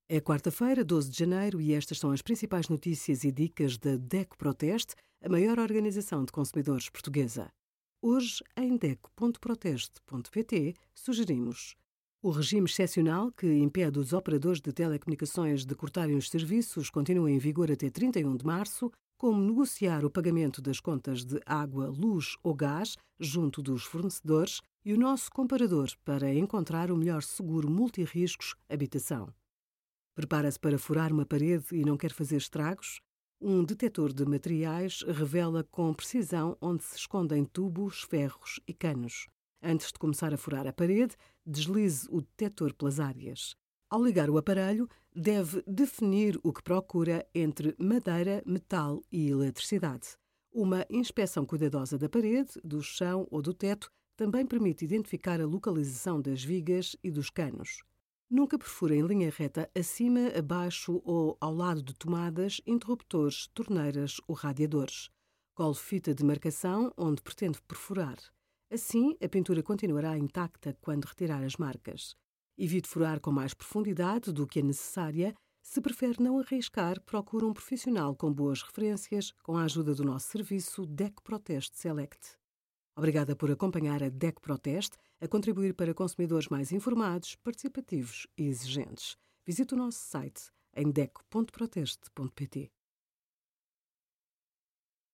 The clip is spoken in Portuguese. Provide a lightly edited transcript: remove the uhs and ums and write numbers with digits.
É quarta-feira, 12 de janeiro, e estas são as principais notícias e dicas da DECO Proteste, a maior organização de consumidores portuguesa. Hoje, em DECO.proteste.pt, sugerimos o regime excepcional que impede os operadores de telecomunicações de cortarem os serviços continua em vigor até 31 de março, como negociar o pagamento das contas de água, luz ou gás junto dos fornecedores e o nosso comparador para encontrar o melhor seguro multirriscos habitação. Prepara-se para furar uma parede e não quer fazer estragos? Um detetor de materiais revela com precisão onde se escondem tubos, ferros e canos. Antes de começar a furar a parede, deslize o detetor pelas áreas. Ao ligar o aparelho, deve definir o que procura entre madeira, metal e eletricidade. Uma inspeção cuidadosa da parede, do chão ou do teto também permite identificar a localização das vigas e dos canos. Nunca perfure em linha reta acima, abaixo ou ao lado de tomadas, interruptores, torneiras ou radiadores. Cole fita de marcação onde pretende perfurar. Assim, a pintura continuará intacta quando retirar as marcas. Evite furar com mais profundidade do que é necessária. Se prefere não arriscar, procure um profissional com boas referências com a ajuda do nosso serviço DECO Proteste Select. Obrigada por acompanhar a DECO Proteste, a contribuir para consumidores mais informados, participativos e exigentes. Visite o nosso site em deco.proteste.pt.